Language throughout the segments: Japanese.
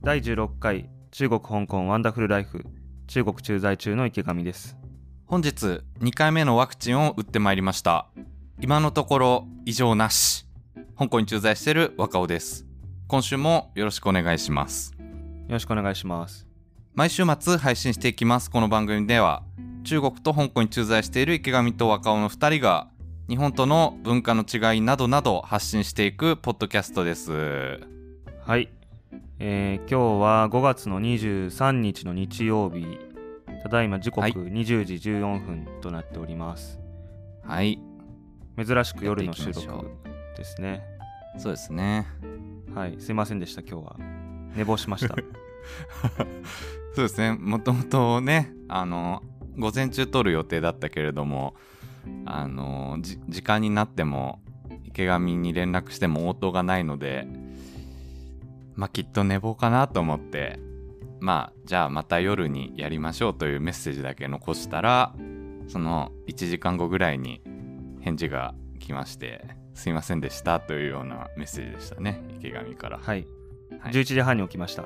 第16回中国香港ワンダフルライフ中国駐在中の池上です。 本日2回目のワクチンを打ってまいりました。今のところ異常なし。香港に駐在している若尾です。今週もよろしくお願いします。 よろしくお願いします。 毎週末配信していきます。この番組では中国と香港に駐在している池上と若尾の2人が日本との文化の違いなどなど発信していくポッドキャストです。 はい、今日は5月の23日の日曜日、ただいま時刻20時14分となっております。 はい、 珍しく夜の収録ですね。 そうですね。 はい、すいませんでした。今日は寝坊しましたそうですね。もともとね、午前中撮る予定だったけれども、時間になっても池上に連絡しても応答がないので、きっと寝坊かなと思って、じゃあまた夜にやりましょうというメッセージだけ残したら、その1時間後ぐらいに返事が来まして、すいませんでしたというようなメッセージでしたね、池上から。 はい、11時半に起きました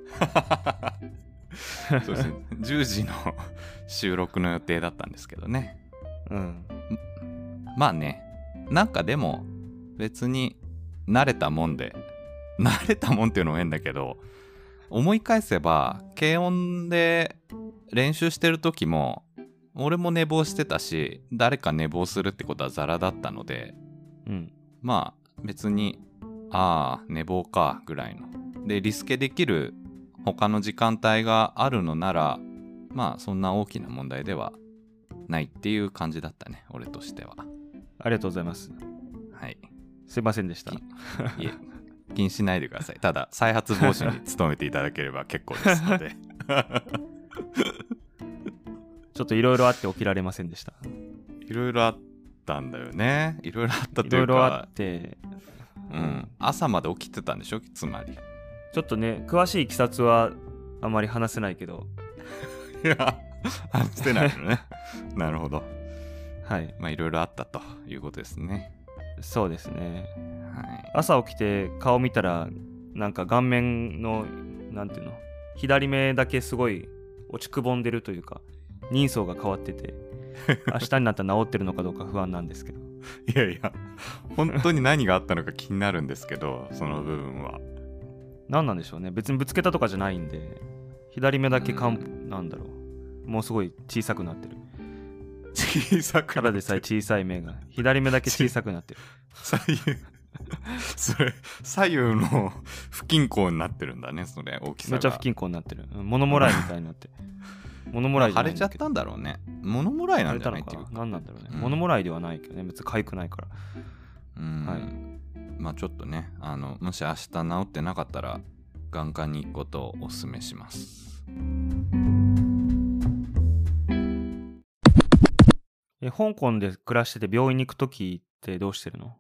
そうですね、10時の収録の予定だったんですけどね。まあね、なんかでも別に慣れたもんっていうのも変だけど、思い返せば軽音で練習してる時も俺も寝坊してたし、誰か寝坊するってことはザラだったので、別に寝坊かぐらいので、リスケできる他の時間帯があるのなら、そんな大きな問題ではないっていう感じだったね、俺としては。 ありがとうございます。 はい、すいませんでした。 いえ、気にしないでください。ただ再発防止に努めていただければ結構ですのでちょっといろいろあって起きられませんでした。 いろいろあったんだよね。いろいろあったというか、 いろいろあって、 朝まで起きてたんでしょ、つまり。 ちょっとね、詳しいいきさつはあんまり話せないけどいや、話せないのねなるほど。 はい、 いろいろあったということですね。 そうですね。 はい、 朝起きて顔見たら、なんか顔面のなんていうの、左目だけすごい落ちくぼんでるというか、人相が変わってて明日になったら治ってるのかどうか不安なんですけどいやいや、本当に何があったのか気になるんですけどその部分は何なんでしょうね。別にぶつけたとかじゃないんで、左目だけなんだろう、もうすごい小さくなってる。 小さくなってる。 ただでさえ小さい目が左目だけ小さくなってるそれ左右の不均衡になってるんだね、それ大きさが。 めっちゃ不均衡になってる。物もらいみたいになって物もらいじゃないんだけど、 腫れちゃったんだろうね。物もらいなんじゃないっていうか、 何なんだろうね、物もらいではないけどね、別に痒くないから。 はい、ちょっとね、もし明日治ってなかったら眼科に行くことをお勧めします。 香港で暮らしてて病院に行くときってどうしてるの？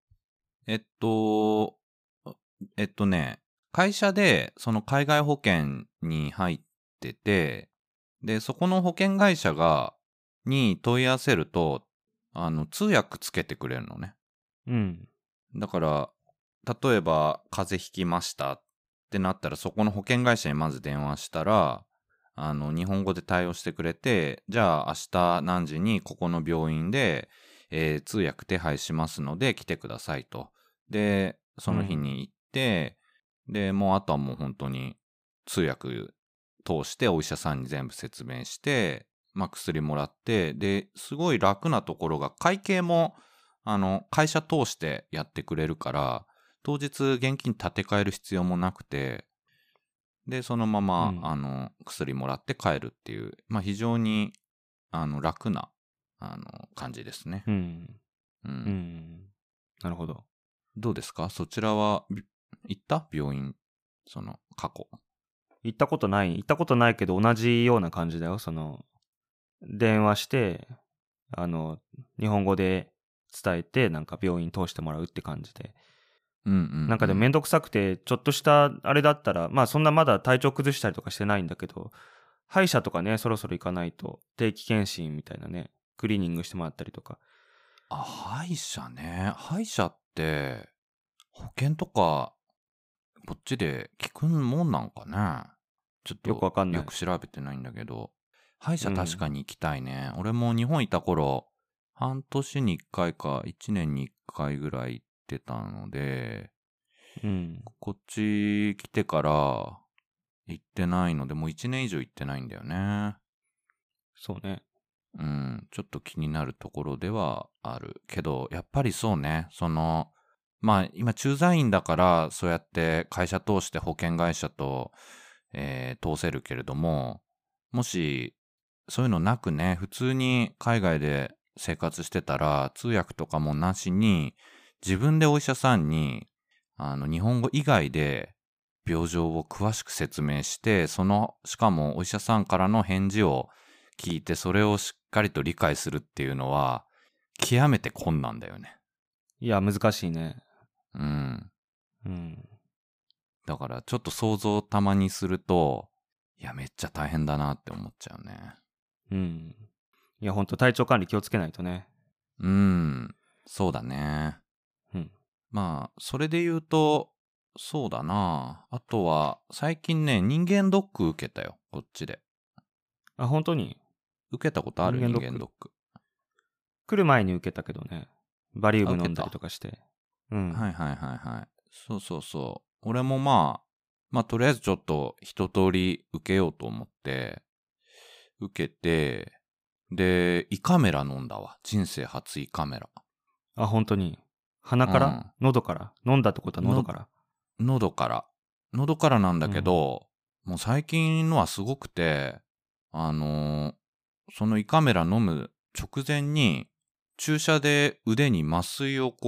会社でその海外保険に入ってて、でそこの保険会社に問い合わせると通訳つけてくれるのね。だから例えば風邪ひきましたってなったら、そこの保険会社にまず電話したら日本語で対応してくれて、じゃあ明日何時にここの病院で、通訳手配しますので来てくださいと。でその日に行って、でもうあとはもう本当に通訳通してお医者さんに全部説明して、薬もらって、ですごい楽なところが、会計も会社通してやってくれるから、当日現金立て替える必要もなくて、でそのまま、薬もらって帰るっていう、非常に楽な感じですね。 なるほど。 どうですか、そちらは行った病院、その過去。 行ったことないけど同じような感じだよ。その電話して日本語で伝えて、なんか病院通してもらうって感じで、なんかでもめんどくさくて、ちょっとしたあれだったら、そんなまだ体調崩したりとかしてないんだけど、歯医者とかね、そろそろ行かないと、定期検診みたいなね、クリーニングしてもらったりとか。 歯医者ね。歯医者って保険とかこっちで聞くんもんなんかね。ちょっとよくわかんない。 よく調べてないんだけど。歯医者確かに行きたいね。俺も日本いた頃、半年に1回か1年に1回ぐらい行ってたので、こっち来てから行ってないので、もう1年以上行ってないんだよね。 そうね。 ちょっと気になるところではある。けど、やっぱりそうね、まあ今駐在員だからそうやって会社通して保険会社と、通せるけれども、もしそういうのなくね、普通に海外で生活してたら通訳とかもなしに自分でお医者さんに日本語以外で病状を詳しく説明して、しかもお医者さんからの返事を聞いてそれをしっかりと理解するっていうのは極めて困難だよね。 いや、難しいね。 うん。だからちょっと想像をたまにすると、いやめっちゃ大変だなって思っちゃうね。 いや、ほんと体調管理気をつけないとね。 そうだね。 うん。 まあ、それで言うと、そうだな。あとは、最近ね、人間ドック受けたよ、こっちで。 あ、本当に受けたことある？人間ドック。 来る前に受けたけどね。バリウム飲んだりとかして。 はいはいはいはい。そうそうそう。俺もまあ、とりあえずちょっと一通り受けようと思って、受けて、で、胃カメラ飲んだわ。人生初胃カメラ。 あ、本当に。鼻から、喉から飲んだってことは喉から喉から。喉からなんだけど、もう最近のはすごくて、その胃カメラ飲む直前に、注射で腕に麻酔を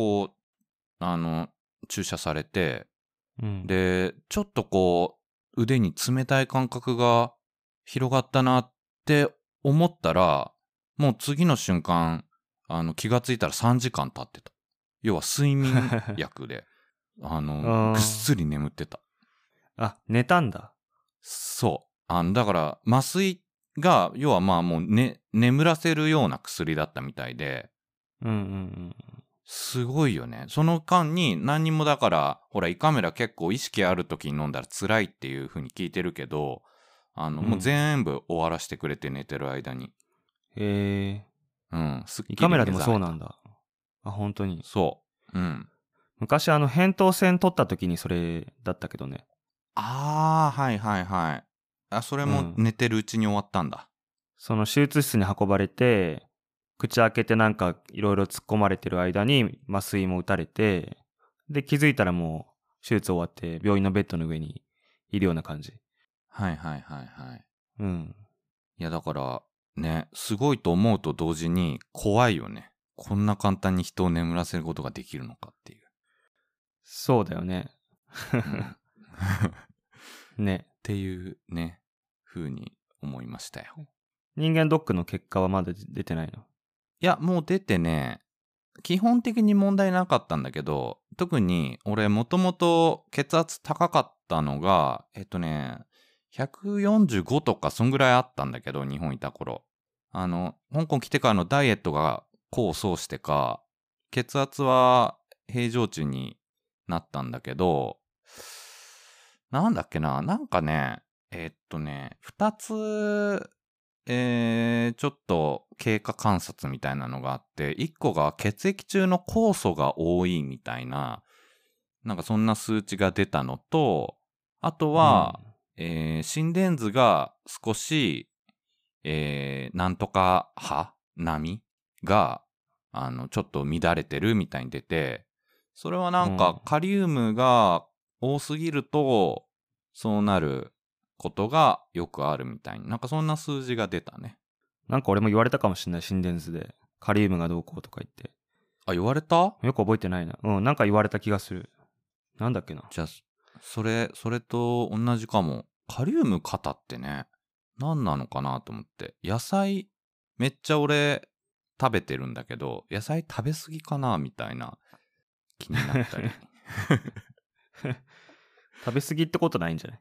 注射されて、で、ちょっと腕に冷たい感覚が広がったなって思ったら、もう次の瞬間、気がついたら3時間経ってた。要は睡眠薬で、ぐっすり眠ってた。 あ、寝たんだ。 そう。だから、麻酔が、要はまあもう眠らせるような薬だったみたいで、すごいよね。その間に何にもだから、ほら胃カメラ結構意識ある時に飲んだら辛いっていう風に聞いてるけど、もう全部終わらせてくれて寝てる間に。 へえ。すっきり胃カメラでもそうなんだ。あ、本当に。 そう。 昔扁桃腺取った時にそれだったけどね。 はいはいはい。あ、それも寝てるうちに終わったんだ。 その手術室に運ばれて、口開けてなんかいろいろ突っ込まれてる間に麻酔も打たれて、で気づいたらもう手術終わって病院のベッドの上にいるような感じ。 はいはいはいはい。いやだからね、すごいと思うと同時に怖いよね。こんな簡単に人を眠らせることができるのかっていう。 そうだよね。ね。 っていうね、風に思いましたよ。 人間ドックの結果はまだ出てないの？ いや、もう出てね、基本的に問題なかったんだけど、特に俺もともと血圧高かったのが、145とかそんぐらいあったんだけど、日本いた頃。香港来てからのダイエットが功を奏してか、血圧は平常値になったんだけど、なんだっけな、なんかね、二つ、ちょっと経過観察みたいなのがあって、一個が血液中の酵素が多いみたいな、なんかそんな数値が出たのと、あとは、心電図が少し、なんとか波が、ちょっと乱れてるみたいに出て、それはなんかカリウムが多すぎると、そうなることがよくあるみたいに、なんかそんな数字が出たね。 なんか俺も言われたかもしれない、心電図で。カリウムがどうこうとか言って。 あ、言われた？ よく覚えてないな。なんか言われた気がする。なんだっけな。 じゃあ、それと同じかも。カリウム過ってね、何なのかなと思って。野菜、めっちゃ俺、食べてるんだけど、野菜食べ過ぎかなみたいな気になったり。 食べ過ぎってことないんじゃない？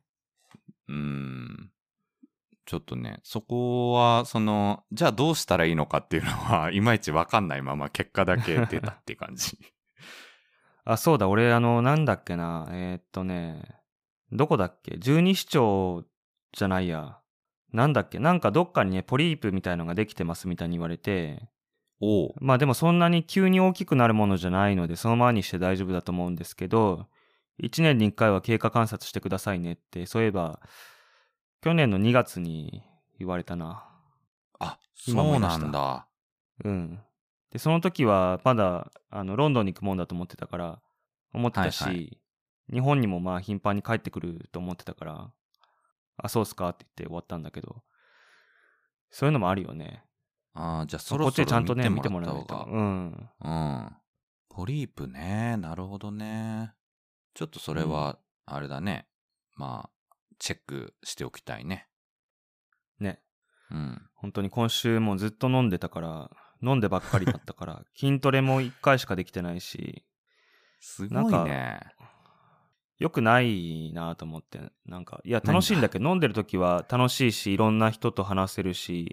ちょっとね、そこは、じゃあどうしたらいいのかっていうのは、いまいちわかんないまま結果だけ出たって感じ。 あ、そうだ、俺、なんだっけな。 どこだっけ、十二指腸じゃないや。なんだっけ、なんかどっかにね、ポリープみたいのができてますみたいに言われて、 おう。 まあでもそんなに急に大きくなるものじゃないので、そのままにして大丈夫だと思うんですけど、1年に1回は経過観察してくださいねって、そういえば、去年の2月に言われたな。 あ、そう今思い出したなんだ。 うん。で、その時はまだ、ロンドンに行くもんだと思ってたから、思ってたし、 はいはい日本にもまあ頻繁に帰ってくると思ってたから、あ、そうっすかって言って終わったんだけど、そういうのもあるよね。 ああ、じゃあそまあこっちでちゃろそろんとね、見て見てもらっもらわないと。 た方が。 うん。 うん。ポリープね。なるほどね。ちょっとそれは、あれだね。まあ、チェックしておきたいね。 ね。 うん。 本当に今週もずっと飲んでたから、飲んでばっかりだったから、筋トレも1回しかできてないし、 すごいなんか、 ね。 良くないなと思って、なんか、いや、楽何がしいんだけど、飲んでる時は楽しいし、いろんな人と話せるし、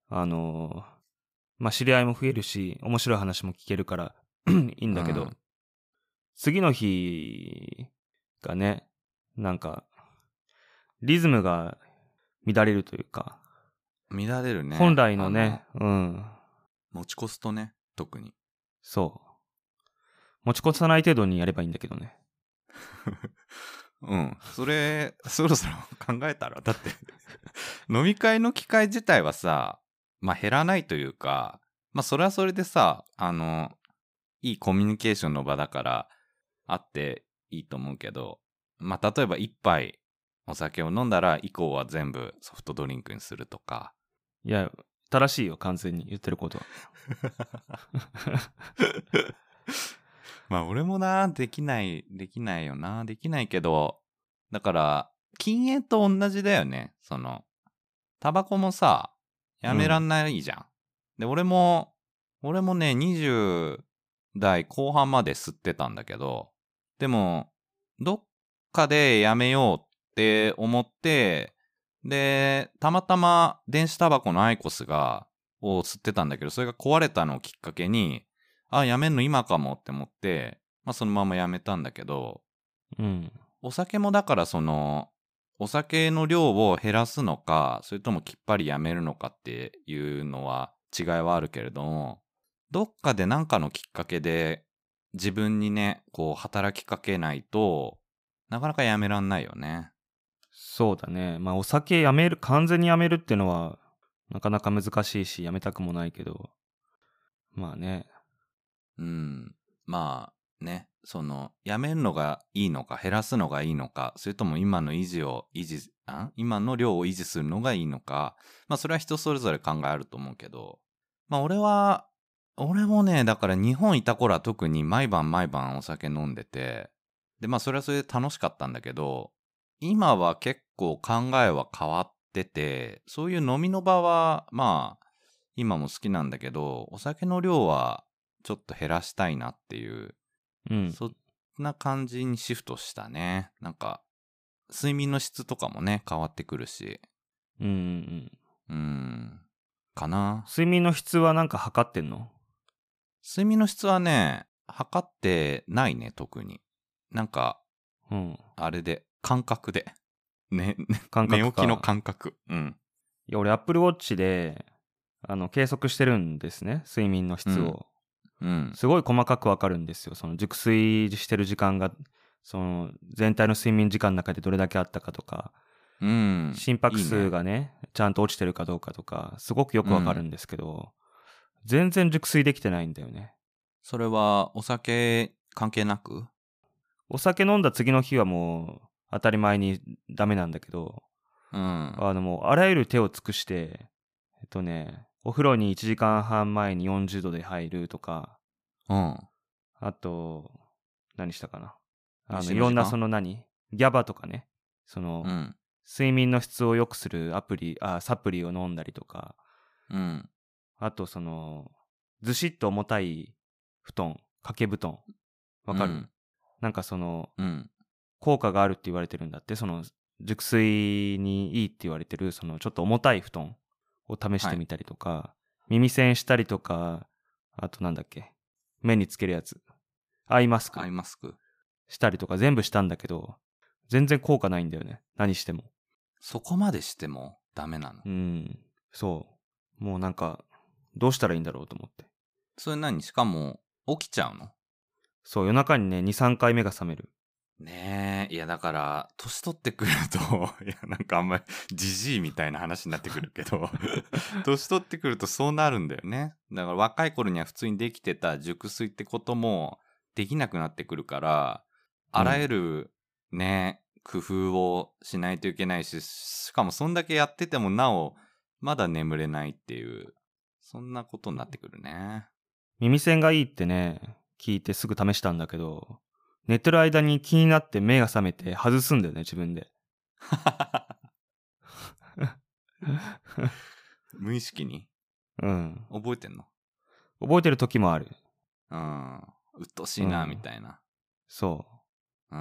まあ、知り合いも増えるし、面白い話も聞けるからいいんだけど、 うん次の日がね、なんか、リズムが乱れるというか、 乱れるね。 本来のね、 持ち越すとね、特に。 そう。持ち越さない程度にやればいいんだけどね。 うん。それ、そろそろ考えたら。だって飲み会の機会自体はさ、まあ減らないというか、まあそれはそれでさ、いいコミュニケーションの場だからあっていいと思うけど、まあ例えば一杯お酒を飲んだら以降は全部ソフトドリンクにするとか。 いや、正しいよ、完全に言ってることは。 まあ俺もな、できないよな。できないけど、だから、禁煙と同じだよね。タバコもさ、やめらんないじゃん。で、俺もね、20代後半まで吸ってたんだけど、でも、どっかでやめようって思って、で、たまたま電子タバコのアイコスを吸ってたんだけど、それが壊れたのをきっかけに、あ、やめんの今かもって思って、まあそのままやめたんだけど、 うん。 お酒もだからお酒の量を減らすのか、それともきっぱりやめるのかっていうのは違いはあるけれども、どっかで何かのきっかけで自分にね、こう働きかけないとなかなかやめらんないよね。 そうだね。まあ、お酒完全にやめるっていうのは、なかなか難しいし、やめたくもないけど、まあね。 うん。まあね、やめるのがいいのか、減らすのがいいのか、それとも今の今の量を維持するのがいいのか、まあそれは人それぞれ考えあると思うけど、まあ俺もね、だから日本いた頃は特に毎晩お酒飲んでて、で、まあそれはそれで楽しかったんだけど、今は結構考えは変わってて、そういう飲みの場は、まあ、今も好きなんだけど、お酒の量はちょっと減らしたいなっていう、 うん。 そんな感じにシフトしたね。なんか、睡眠の質とかもね、変わってくるし。 うんうんうん。 かな。 睡眠の質はなんか測ってんの？ 睡眠の質はね、測ってないね、特に。なんか、 うん。 あれで、感覚で。ね、 感覚か。 寝起きの感覚。うん。 いや、俺 Apple Watch で、計測してるんですね。睡眠の質を。 うん。 すごい細かくわかるんですよ。その熟睡してる時間が、全体の睡眠時間の中でどれだけあったかとか、 うん。 心拍いいね。 数がね、ちゃんと落ちてるかどうかとか、すごくよくわかるんですけど、全然熟睡できてないんだよね。 それは、お酒関係なく？ お酒飲んだ次の日はもう、当たり前にダメなんだけど、 うん。 もう、あらゆる手を尽くして、お風呂に1時間半前に40度で入るとか、 うん。 あと、何したかな。 飯の時間いろんなギャバとかね、 うん。 睡眠の質を良くするサプリを飲んだりとか、 うん。 あとずしっと重たい掛け布団。わかる？ うん。 なんかうん。 効果があるって言われてるんだって、熟睡にいいって言われてる、ちょっと重たい布団を試してみたりとか、耳栓したりとか、あとなんだっけ、目につけるやつ、アイマスクアイマスク。 したりとか全部したんだけど、 全然効果ないんだよね。何しても。 そこまでしてもダメなの？ そう。もうなんか、どうしたらいいんだろうと思って。 それ何？しかも、起きちゃうの？ そう、夜中にね、2、3回目が覚める。 ねえ、いやだから、年取ってくると、いやなんかあんまりじじいみたいな話になってくるけど、年取ってくるとそうなるんだよね。だから若い頃には普通にできてた熟睡ってこともできなくなってくるから、あらゆるね、工夫をしないといけないし、しかもそんだけやっててもなお、まだ眠れないっていう、そんなことになってくるね。 耳栓がいいってね、聞いてすぐ試したんだけど、寝てる間に気になって目が覚めて外すんだよね、自分で。 無意識にうん。 覚えてんの？ 覚えてる時もある。 うん。うっとうしいな、みたいな。 そうん。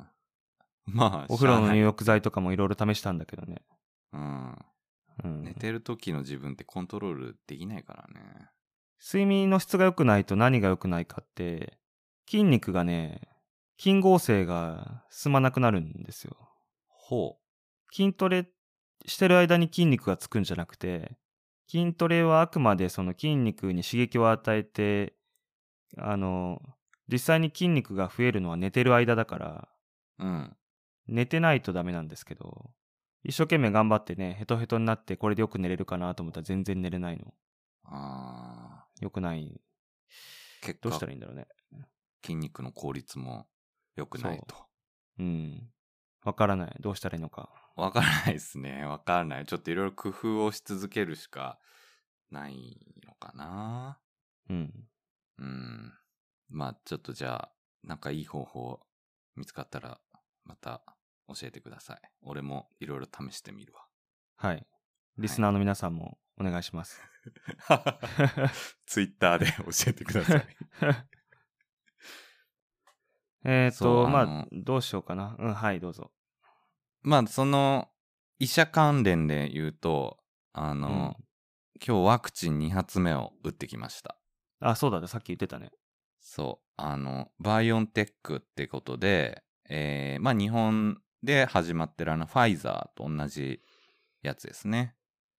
まあ、 う。お風呂の入しゃあない。 浴剤とかもいろいろ試したんだけどね。 寝てる時の自分ってコントロールできないからね。 睡眠の質が良くないと何が良くないかって、筋肉がね、筋合成が進まなくなるんですよ。 ほ筋トレしてる間に筋肉がつくんじゃなくて、筋トレはあくまでその筋肉に刺激を与えて、実際に筋肉が増えるのは寝てる間だから、寝てないとダメなんですけど、一生懸命頑張ってね、ヘトヘトになってこれでよく寝れるかなと思ったら全然寝れないの。よくない。 結果、 どうしたらいいんだろうね。 筋肉の効率も良くないと。 わからない。どうしたらいいのか。 わからないですね。わからない。ちょっといろいろ工夫をし続けるしかないのかな。まあ、ちょっとじゃあ、なんかいい方法見つかったら、また教えてください。俺もいろいろ試してみるわ。 はい。リスナーの皆さんもお願いします。 ツイッターで教えてください。 まあ、どうしようかな。はい、どうぞ。 まあ、その、医者関連で言うと、今日ワクチン2発目を打ってきました。 あ、そうだね。さっき言ってたね。 そう。バイオンテックってことで、まあ日本で始まってるファイザーと同じやつですね。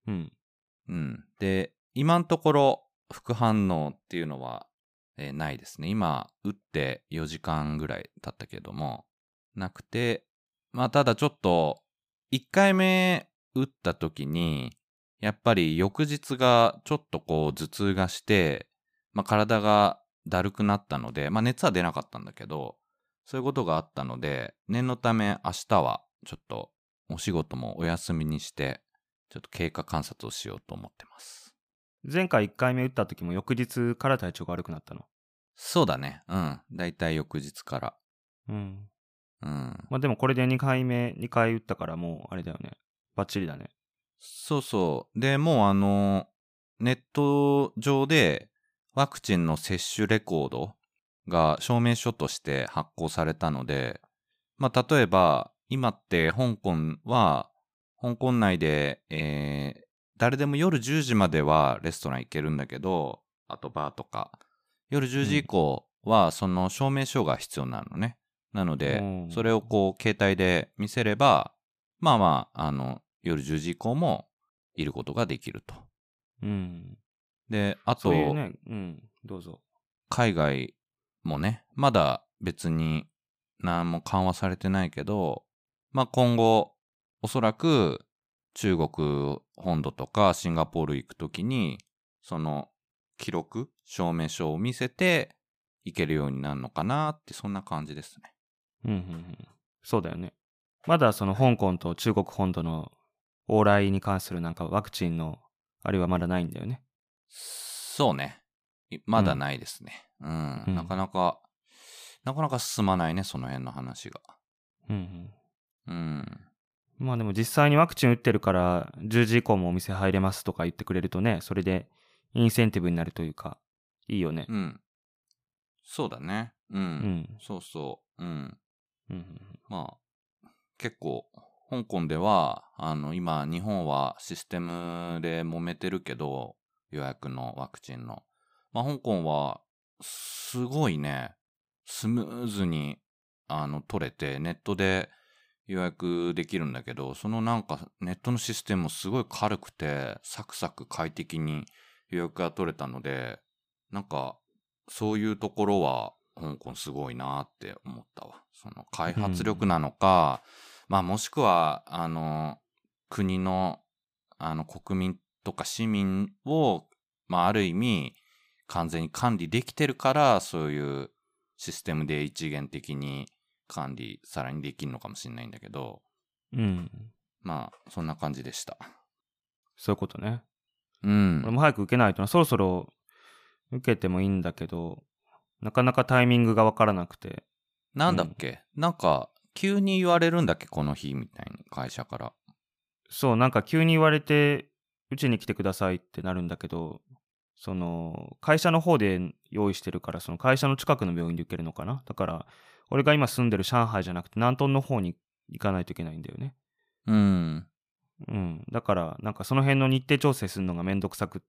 で、今のところ副反応っていうのは、ないですね。今、打って4時間ぐらい経ったけども、なくて、まあただちょっと、1回目打った時に、やっぱり翌日がちょっとこう頭痛がして、まあ体がだるくなったので、まあ熱は出なかったんだけど、そういうことがあったので、念のため明日はちょっとお仕事もお休みにして、ちょっと経過観察をしようと思ってます。 前回1回目打った時も翌日から体調が悪くなったの？ そうだね。だいたい翌日から。 まあでもこれで2回打ったからもうあれだよね。バッチリだね。 そうそう。で、もうネット上でワクチンの接種レコードが証明書として発行されたので、まあ例えば今って香港内で、誰でも夜10時まではレストラン行けるんだけど、あとバーとか、夜10時以降はその証明書が必要なのね。なので、それをこう携帯で見せれば、まあまあ、夜10時以降もいることができると。で、あと、 そういうね、どうぞ。 海外もね、まだ別に何も緩和されてないけど、まあ今後、おそらく中国本土とかシンガポール行くときに、その記録、証明書を見せて行けるようになるのかなって、そんな感じですね。 そうだよね。まだその香港と中国本土の往来に関するなんかワクチンのあれはまだないんだよね。 そうね。まだないですね。なかなか進まないね、その辺の話が。 まあでも実際にワクチン打ってるから10時以降もお店入れますとか言ってくれるとね、それでインセンティブになるというか、いいよね。 そうだね。そうそう。まあ、結構、香港では、今、日本はシステムで揉めてるけど、予約のワクチンの。まあ、香港は、すごいね、スムーズに、取れて、ネットで予約できるんだけど、そのなんかネットのシステムもすごい軽くて、サクサク快適に予約が取れたので、なんかそういうところは香港すごいなって思ったわ。その開発力なのか、まあもしくは国の国民とか市民を、まあある意味完全に管理できてるから、そういうシステムで一元的に管理さらにできるのかもしれないんだけど、 うん。 まあそんな感じでした。 そういうことね。 うん。 俺も早く受けないとな。そろそろ受けてもいいんだけど、なかなかタイミングがわからなくて。 なんだっけ、なんか急に言われるんだっけこの日みたいに会社から。 そう、なんか急に言われて、うちに来てくださいってなるんだけど、その、会社の方で用意してるから、その会社の近くの病院で受けるのかな。だから、俺が今住んでる上海じゃなくて、南東の方に行かないといけないんだよね。 うん。 うん。だから、なんかその辺の日程調整するのがめんどくさくって、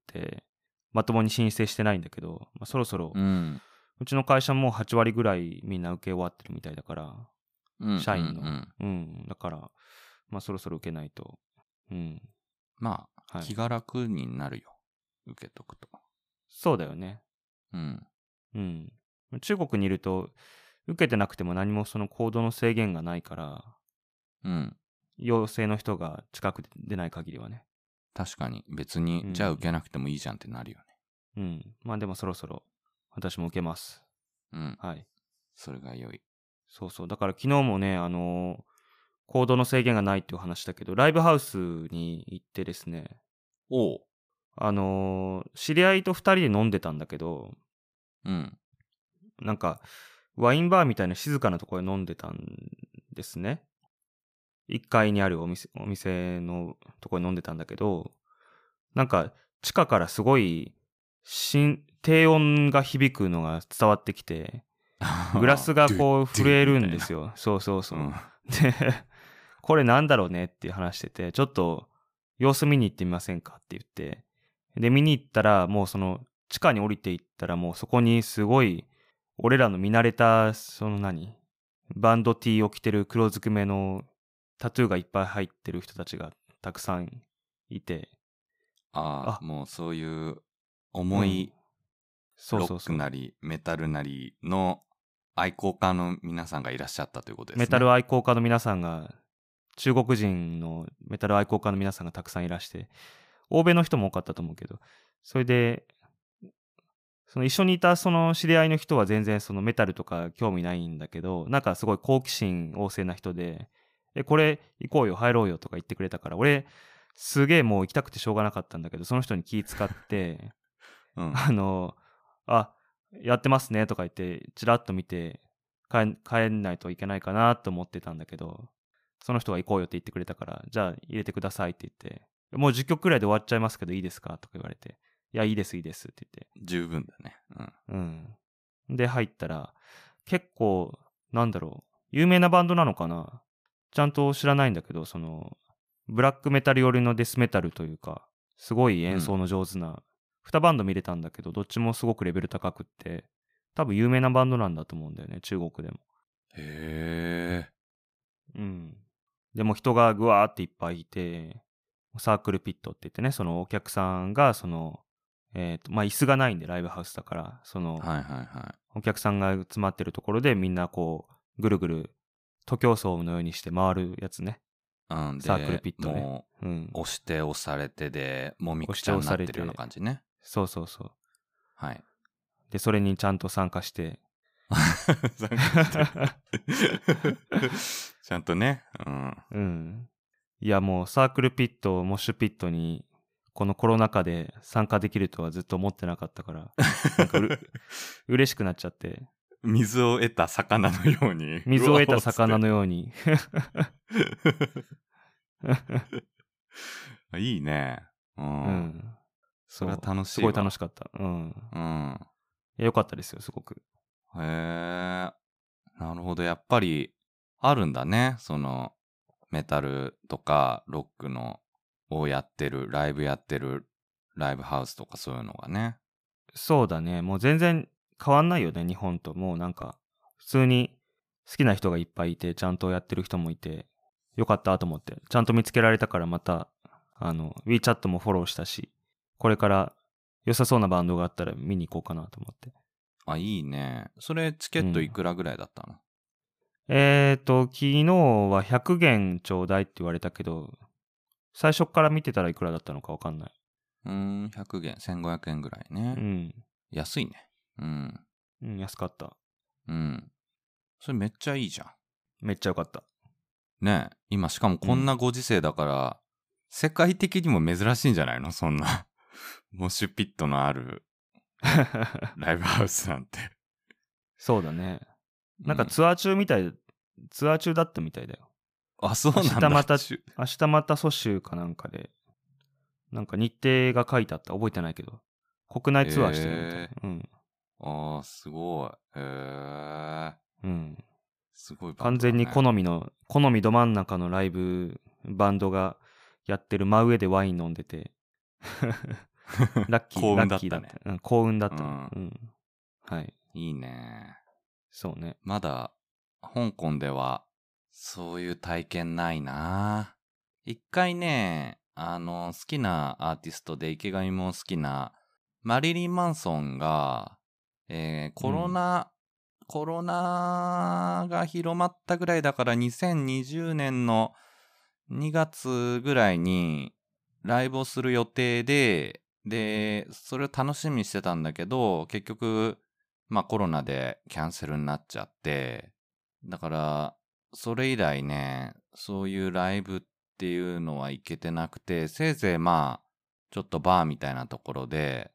まともに申請してないんだけど、まあ、そろそろ、うちの会社も8割ぐらいみんな受け終わってるみたいだから、社員の。だから、まあそろそろ受けないと。 まあ、気が楽になるよ。受けとくと。 そうだよね。中国にいると、受けてなくても何もその行動の制限がないから、陽性の人が近くで出ない限りはね。 確かに、別に、じゃあ受けなくてもいいじゃんってなるよね。まあでもそろそろ、私も受けます。はい。 それが良い。 そうそう。だから昨日もね、行動の制限がないっていう話だけど、ライブハウスに行ってですね。知り合いと2人で飲んでたんだけど、なんか、ワインバーみたいな静かなところで飲んでたんですね。1階にあるお店のところに飲んでたんだけど、なんか、地下からすごい、低音が響くのが伝わってきて、グラスがこう震えるんですよ。そうそうそう。で、これなんだろうねっていう話してて、ちょっと様子見に行ってみませんかって言って、で、見に行ったら、もうその、地下に降りていったら、もうそこにすごい、俺らの見慣れた、バンド T を着てる黒ずくめのタトゥーがいっぱい入ってる人たちがたくさんいて。 もうそういう重いロックなりメタルなりの愛好家の皆さんがいらっしゃったということですね。 メタル愛好家の皆さんが、中国人のメタル愛好家の皆さんがたくさんいらして、欧米の人も多かったと思うけど、それで、その一緒にいたその知り合いの人は全然そのメタルとか興味ないんだけど、なんかすごい好奇心旺盛な人で、これ行こうよ、入ろうよとか言ってくれたから、俺、すげえもう行きたくてしょうがなかったんだけど、その人に気使って、やってますねとか言って、ちらっと見て、帰んないといけないかなと思ってたんだけど、その人が行こうよって言ってくれたから、じゃあ入れてくださいって言って、もう10曲くらいで終わっちゃいますけどいいですかとか言われて、いや、いいです、いいですって言って。 十分だね。 で、入ったら、結構、なんだろう、有名なバンドなのかな？ちゃんと知らないんだけど、その、ブラックメタル寄りのデスメタルというか、すごい演奏の上手な、2バンド見れたんだけど、どっちもすごくレベル高くって、多分有名なバンドなんだと思うんだよね、中国でも。 へえ。でも人がぐわーっていっぱいいて、サークルピットって言ってね、そのお客さんが、その、まあ、椅子がないんで、ライブハウスだから、その、お客さんが詰まってるところでみんなこう、ぐるぐる、徒競走のようにして回るやつね。サークルピットね。 もう、押して押されてで、もみくちゃになってるような感じね。 そうそうそう。 はい。 で、それにちゃんと参加して。 ちゃんとね。 いや、もうサークルピット、モッシュピットに、このコロナ禍で参加できるとはずっと思ってなかったから、なんか嬉しくなっちゃって。 水を得た魚のように。 水を得た魚のように。 いいね。それは楽しいわ。 すごい楽しかった。よかったですよ、すごく。 へえ。なるほど。やっぱり、あるんだね。その、メタルとか、ロックの、をやってる、ライブやってる、ライブハウスとかそういうのがね。 そうだね。もう全然変わんないよね、日本と。もうなんか、普通に好きな人がいっぱいいて、ちゃんとやってる人もいて、 よかったと思って。ちゃんと見つけられたからまた、WeChat もフォローしたし、これから良さそうなバンドがあったら見に行こうかなと思って。 あ、いいね。それチケットいくらぐらいだったの？ 昨日は100元ちょうだいって言われたけど、最初から見てたらいくらだったのかわかんない。 100元、1500円ぐらいね。 うん。 安いね。 うん、安かった。 それめっちゃいいじゃん。 めっちゃよかった。 ねえ、今しかもこんなご時世だから、世界的にも珍しいんじゃないの？そんなモシュピットのあるライブハウスなんて。 そうだね。なんかツアー中だったみたいだよ。 あ、そうなんだ。 明日また蘇州かなんかで、なんか日程が書いてあった。覚えてないけど。国内ツアーしてるみたい。 ああ、すごい。すごいバンドだね。 完全に好みど真ん中のライブ、バンドがやってる真上でワイン飲んでて。ラッキーだったね。幸運だった。はい。 いいね。 そうね。 まだ、香港では、そういう体験ないな。一回ね、好きなアーティストで池上も好きなマリリン・マンソンが、コロナが広まったぐらいだから2020年の2月ぐらいにライブをする予定で、それを楽しみにしてたんだけど、結局、コロナでキャンセルになっちゃって、だから、それ以来ね、そういうライブっていうのは行けてなくて、せいぜいちょっとバーみたいなところで、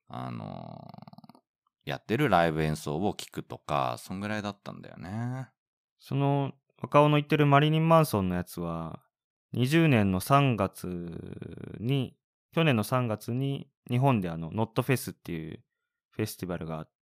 やってるライブ演奏を聞くとか、そんぐらいだったんだよね。 その、若尾の言ってるマリリン・マンソンのやつは、去年の3月に日本でノットフェスっていうフェスティバルがあって、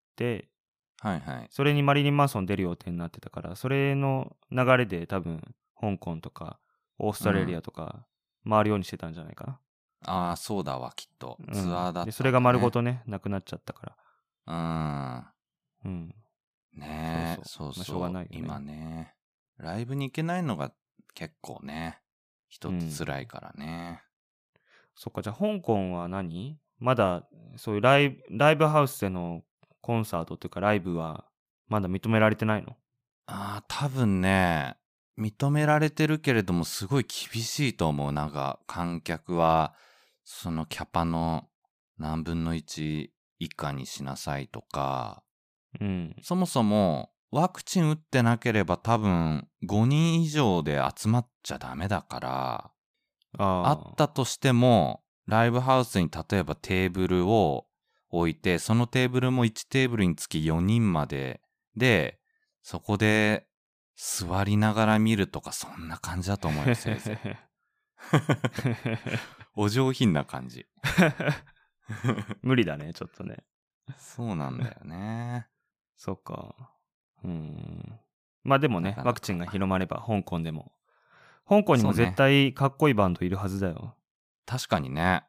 はいはい。 それにマリリン・マンソン出る予定になってたから、それの流れで多分、香港とか、オーストラリアとか、回るようにしてたんじゃないかな。 ああ、そうだわ、きっと。ツアーだったんだね。 で、それが丸ごとね、なくなっちゃったから。ねえ、そう。 しょうがないよね。 今ね、ライブに行けないのが結構ね、一つ辛いからね。 そっか、じゃあ香港は何？まだ、そういうライブハウスでのコンサートっていうかライブはまだ認められてないの？ 多分ね、認められてるけれどもすごい厳しいと思う。なんか観客はそのキャパの何分の1以下にしなさいとか、そもそもワクチン打ってなければ多分5人以上で集まっちゃダメだから、あったとしてもライブハウスに例えばテーブルを置いて、そのテーブルも1テーブルにつき4人までで、そこで座りながら見るとか、そんな感じだと思うよ、先生。お上品な感じ。 無理だね、ちょっとね。 そうなんだよね。 そっか。まあでもね、ワクチンが広まれば、香港でも。香港にも絶対かっこいいバンドいるはずだよ。 確かにね。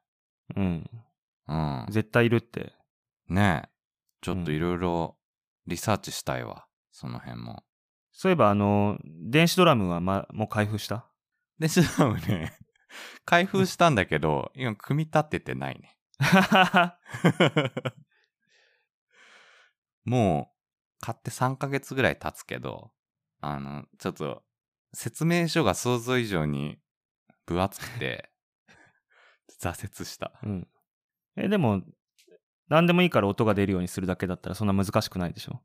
絶対いるって。 ねえ。ちょっといろいろリサーチしたいわ。その辺も。 そういえば電子ドラムはもう開封した？ 電子ドラムね、開封したんだけど、今組み立ててないね。もう、買って3ヶ月ぐらい経つけど、ちょっと、説明書が想像以上に分厚くて、挫折した。 でも、何でもいいから音が出るようにするだけだったらそんな難しくないでしょ？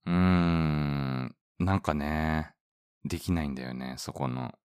なんかね、できないんだよね、そこの。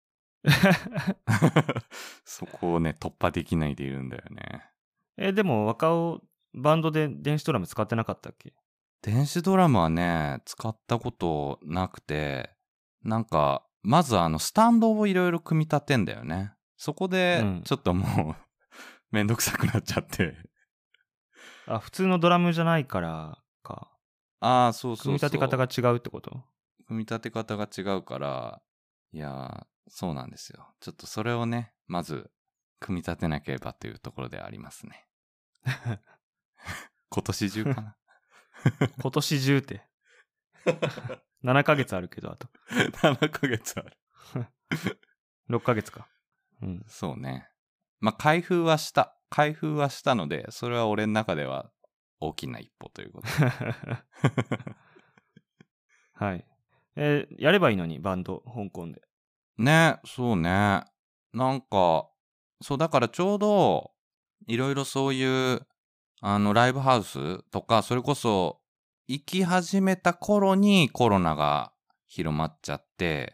そこをね、突破できないでいるんだよね。 でも、若尾、バンドで電子ドラム使ってなかったっけ？ 電子ドラムはね、使ったことなくて、なんか、まずスタンドをいろいろ組み立てんだよね。そこで、ちょっともう、めんどくさくなっちゃって。 普通のドラムじゃないからか。 そう。 組み立て方が違うってこと？ 組み立て方が違うから、いや、そうなんですよ。ちょっとそれをね、まず、組み立てなければというところでありますね。今年中かな。 今年中って。7ヶ月あるけど、あと。 7ヶ月ある。 6ヶ月か。うん。 そうね。まあ、開封はした。開封はしたので、それは俺の中では大きな一歩ということで。 はい。やればいいのに、バンド、香港で。 ね、そうね。なんか、そう、だからちょうど、いろいろそういう、ライブハウスとか、それこそ、行き始めた頃にコロナが広まっちゃって、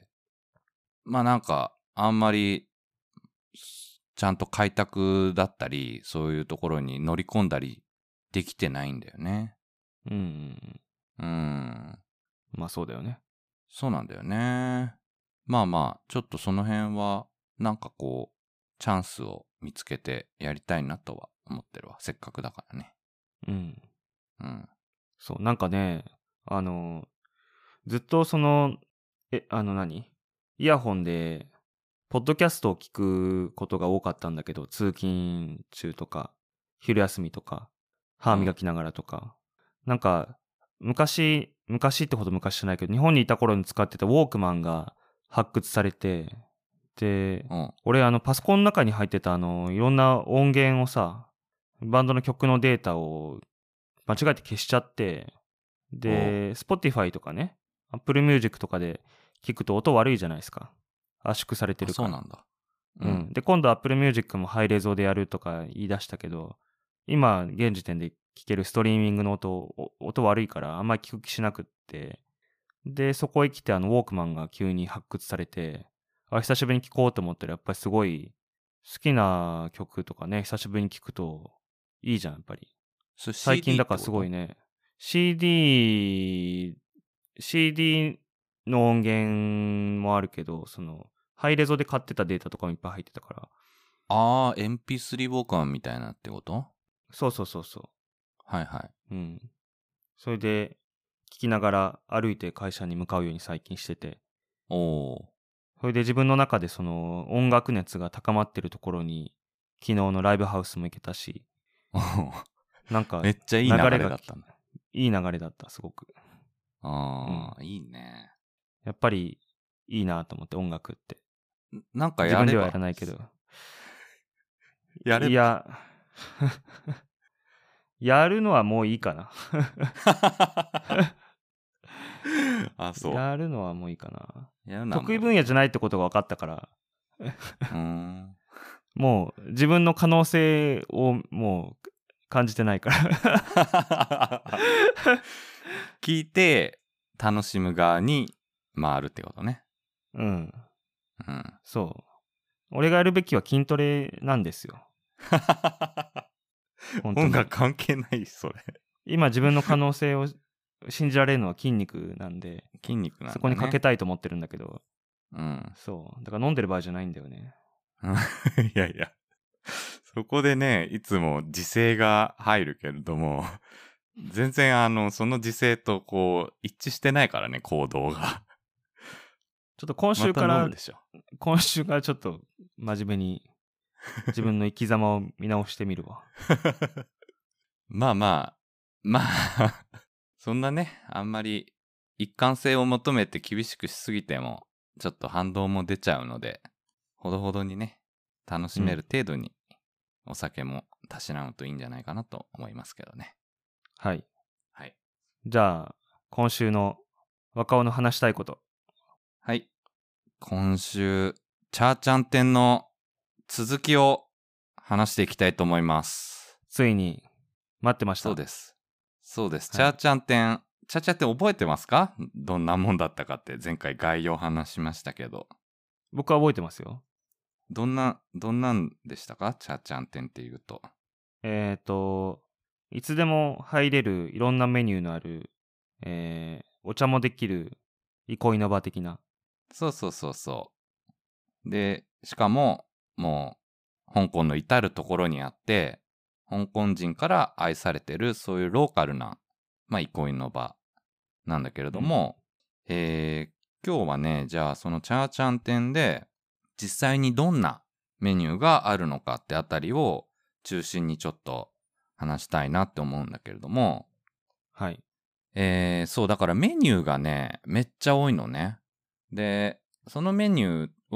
まあなんか、あんまり、ちゃんと開拓だったり、そういうところに乗り込んだりできてないんだよね。 うん。まあそうだよね。 そうなんだよね。まあまあ、ちょっとその辺は、なんかこう、チャンスを見つけてやりたいなとは思ってるわ。せっかくだからね。 うん。 うん。 そう、なんかね、ずっとその、イヤホンで、ポッドキャストを聞くことが多かったんだけど、通勤中とか、昼休みとか、歯磨きながらとか。なんか、昔ってほど昔じゃないけど、日本にいた頃に使ってたウォークマンが発掘されて、で、俺パソコンの中に入ってたいろんな音源をさ、バンドの曲のデータを間違えて消しちゃって、で、Spotify とかね、Apple Music とかで聞くと音悪いじゃないですか。圧縮されてるから。 そうなんだ。 うん。で、今度 Apple Music もハイレゾでやるとか言い出したけど、今、現時点で聞けるストリーミングの音悪いからあんまり聞く気しなくって、で、そこへ来てウォークマンが急に発掘されて、久しぶりに聞こうと思ったらやっぱりすごい好きな曲とかね、久しぶりに聞くといいじゃん、やっぱり。最近だからすごいね。CD の音源もあるけど、ハイレゾで買ってたデータとかもいっぱい入ってたから。 ああ、MP3 ウォーカーみたいなってこと？ そうそうそうそう。 はいはい。 うん。それで、聞きながら歩いて会社に向かうように最近してて。それで自分の中でその音楽熱が高まってるところに、昨日のライブハウスも行けたし、なんか、 めっちゃいい流れだったんだ。 いい流れだった、すごく。 いいね。 やっぱり、いいなと思って、音楽って。 なんかやれば。 自分ではやらないけど。 やれば。 いや、やるのはもういいかな。 あ、そう。 やるのはもういいかな。 得意分野じゃないってことが分かったから。もう自分の可能性をもう感じてないから聞いて楽しむ側に回るってことね。 うん。そう。俺がやるべきは筋トレなんですよ。 音楽関係ないそれ。 今自分の可能性を信じられるのは筋肉なんで。 筋肉なんだね。 そこにかけたいと思ってるんだけど。 そう。 だから飲んでる場合じゃないんだよね。 いやいや。そこでね、いつも時勢が入るけれども、全然その時勢とこう、一致してないからね、行動が。 ちょっと今週から、今週からちょっと真面目に自分の生き様を見直してみるわ。 まあ、そんなね、あんまり一貫性を求めて厳しくしすぎても、ちょっと反動も出ちゃうので、ほどほどにね、楽しめる程度にお酒もたしなむといいんじゃないかなと思いますけどね。 はい。 はい。 じゃあ、今週の若尾の話したいこと。 はい。今週、チャーチャン店の続きを話していきたいと思います。 ついに、待ってました。 そうです。そうです。チャーチャン店覚えてますか？どんなもんだったかって前回概要話しましたけど。 僕は覚えてますよ。 どんなんでしたか？チャーチャン店っていうと。 いつでも入れるいろんなメニューのある、お茶もできる憩いの場的な。 そう。で、しかも、もう、香港の至るところにあって、香港人から愛されてる、そういうローカルな、憩いの場なんだけれども、今日はね、じゃあそのチャーチャン店で、実際にどんなメニューがあるのかってあたりを中心にちょっと話したいなって思うんだけれども、 はい。 そう、だからメニューがね、めっちゃ多いのね。で、そのメニューは、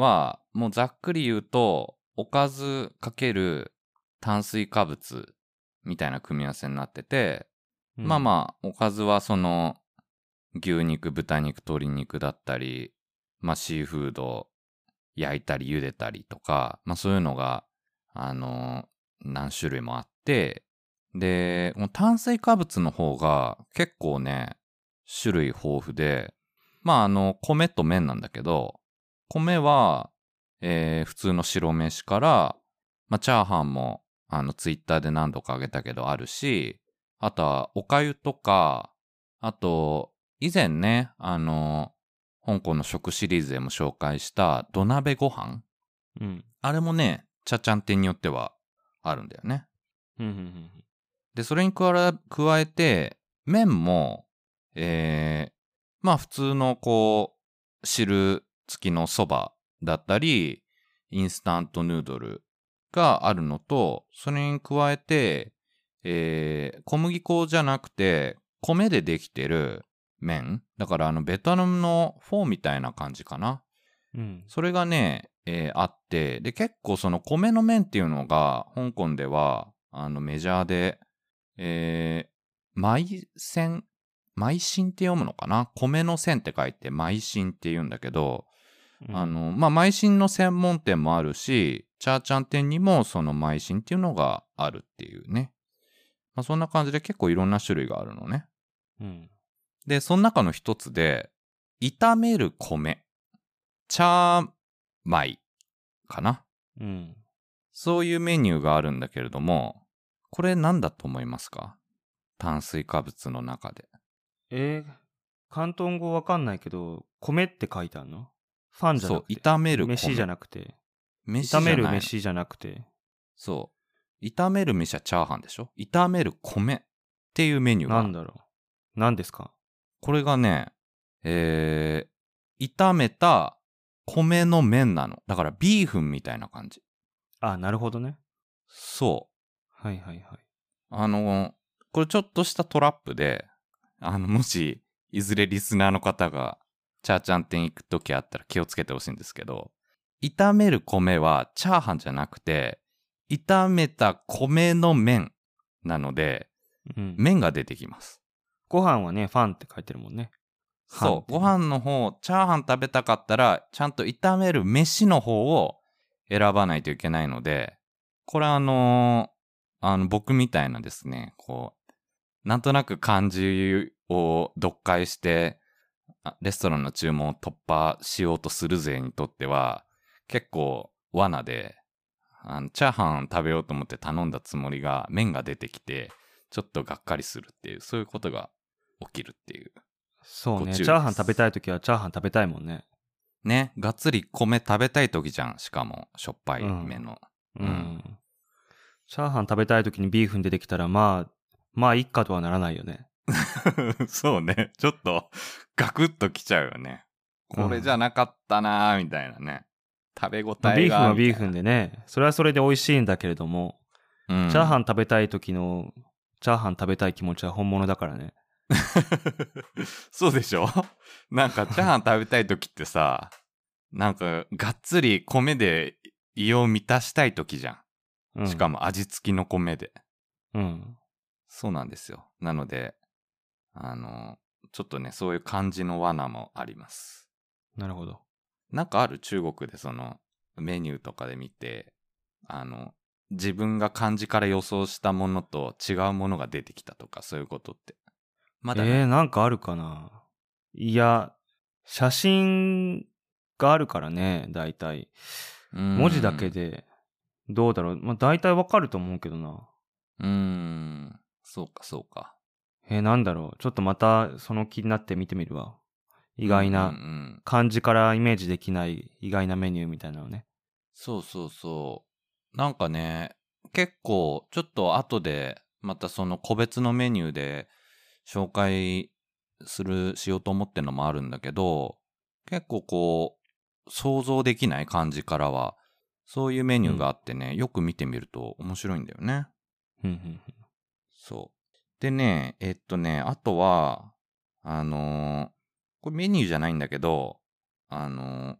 もうざっくり言うと、おかずかける炭水化物みたいな組み合わせになってて、まあまあ、おかずはその、牛肉、豚肉、鶏肉だったり、まあシーフード焼いたり茹でたりとか、まあそういうのが、何種類もあって、で、この炭水化物の方が結構ね、種類豊富で、まあ米と麺なんだけど、米は、普通の白飯から、まあチャーハンも、ツイッターで何度かあげたけどあるし、あとはお粥とか、あと、以前ね、香港の食シリーズでも紹介した土鍋ご飯、 うん。 あれもね、茶ちゃん店によってはあるんだよね。で、それに加えて、麺も、まあ普通のこう、汁付きのそばだったり、インスタントヌードルがあるのと、それに加えて、小麦粉じゃなくて、米でできてる麺。だからベトナムのフォーみたいな感じかな。 うん。 それがね、あって、で、結構その米の麺っていうのが、香港では、メジャーで、米線、米線って読むのかな、米の線って書いて米線って言うんだけど、まあ、米線の専門店もあるし、チャーチャン店にもその米線っていうのがあるっていうね。まあ、そんな感じで結構いろんな種類があるのね。 うん。 で、その中の一つで、炒める米。チャーマイかな。 うん。 そういうメニューがあるんだけれども、これ何だと思いますか？炭水化物の中で。 広東語わかんないけど、米って書いてあるの？ファンじゃなそう、 くて。 炒める米。 飯じゃなくて。 飯炒めじゃないの。 る飯じゃなくて。 そう。炒める飯はチャーハンでしょ？炒める米っていうメニューがある。 なんだろう。何ですか？ これがね、炒めた米の麺なの。だからビーフンみたいな感じ。 あ、なるほどね。 そう。 はいはいはい。 これちょっとしたトラップで、もし、いずれリスナーの方が、チャーチャン店行くときあったら気をつけてほしいんですけど、炒める米はチャーハンじゃなくて、炒めた米の麺なので、 うん。 麺が出てきます。 ご飯はね、ファンって書いてるもんね。 そう、ご飯の方、チャーハン食べたかったら、ちゃんと炒める飯の方を選ばないといけないので、これ僕みたいなですね、こう、なんとなく漢字を読解して、レストランの注文を突破しようとする勢にとっては、結構罠で、チャーハン食べようと思って頼んだつもりが、麺が出てきて、ちょっとがっかりするっていう、そういうことが起きるっていう。 そうね。 ご注意です。 チャーハン食べたいときはチャーハン食べたいもんね。 ね、がっつり米食べたい時じゃん。しかも、しょっぱいめの。 チャーハン食べたいときにビーフン出てきたら、まあ、いっかとはならないよね。 そうね。ちょっと、ガクッときちゃうよね。これじゃなかったなーみたいなね。食べ応えがビーフンはビーみたいな。 フンでね、それはそれで美味しいんだけれども、チャーハン食べたい時の、チャーハン食べたい気持ちは本物だからね。 そうでしょ？なんか、チャーハン食べたい時ってさ、なんか、がっつり米で胃を満たしたい時じゃん。しかも味付きの米で。 うん。 そうなんですよ。なので、ちょっとね、そういう感じの罠もあります。 なるほど。 なんかある？中国でそのメニューとかで見て、自分が漢字から予想したものと違うものが出てきたとか、そういうことって。まだない。 なんかあるかな。いや、写真があるからね、大体。文字だけで、どうだろう。まあ、大体わかると思うけどな。 そうか、そうか。 なんだろう。ちょっとまたその気になって見てみるわ。意外な、漢字からイメージできない意外なメニューみたいなのね。 そうそうそう。なんかね、結構、ちょっと後で、またその個別のメニューで紹介しようと思ってるのもあるんだけど、結構こう、想像できない感じからは、そういうメニューがあってね、よく見てみると面白いんだよね。そう。でね、あとは、これメニューじゃないんだけど、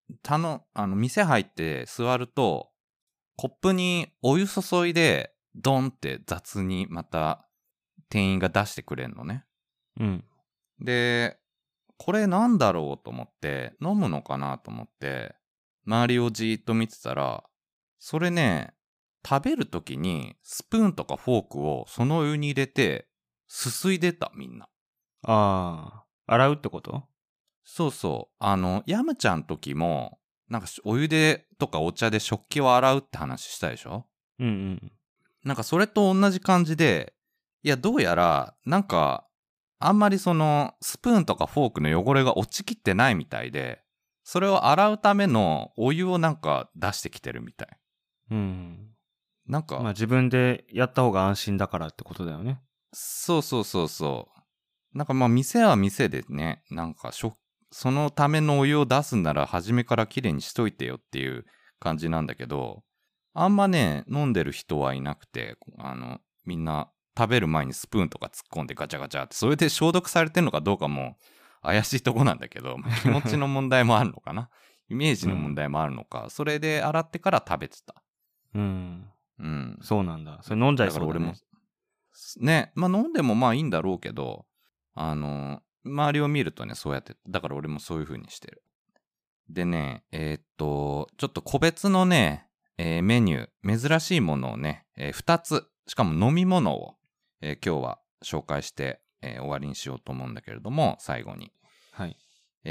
店入って座ると、コップにお湯注いで、ドンって雑にまた店員が出してくれんのね。 うん。 で、これなんだろうと思って、飲むのかなと思って、周りをじーっと見てたら、それね、食べるときにスプーンとかフォークをそのお湯に入れて、すすいでた、みんな。 ああ、洗うってこと？ そうそう。ヤムちゃん時も、なんかお湯でとかお茶で食器を洗うって話したでしょ？ うんうん。 なんかそれと同じ感じで、いや、どうやら、なんか、あんまりその、スプーンとかフォークの汚れが落ちきってないみたいで、それを洗うためのお湯をなんか出してきてるみたい。 うん。 なんか、 まあ自分でやった方が安心だからってことだよね。 そうそうそうそう。なんかまあ店は店でね、なんかそのためのお湯を出すんなら初めからきれいにしといてよっていう感じなんだけど、あんまね、飲んでる人はいなくて、みんな食べる前にスプーンとか突っ込んでガチャガチャって、それで消毒されてんのかどうかも怪しいとこなんだけど、まあ気持ちの問題もあるのかな。イメージの問題もあるのか、それで洗ってから食べてた。 うん。 うん。 そうなんだ。それ飲んじゃいだから俺もそうだね。 ね、まあ飲んでもまあいいんだろうけど、周りを見るとね、そうやって、だから俺もそういう風にしてる。でね、ちょっと個別のね、メニュー、珍しいものをね、2つ、しかも飲み物を、今日は紹介して、終わりにしようと思うんだけれども、最後に。 はい。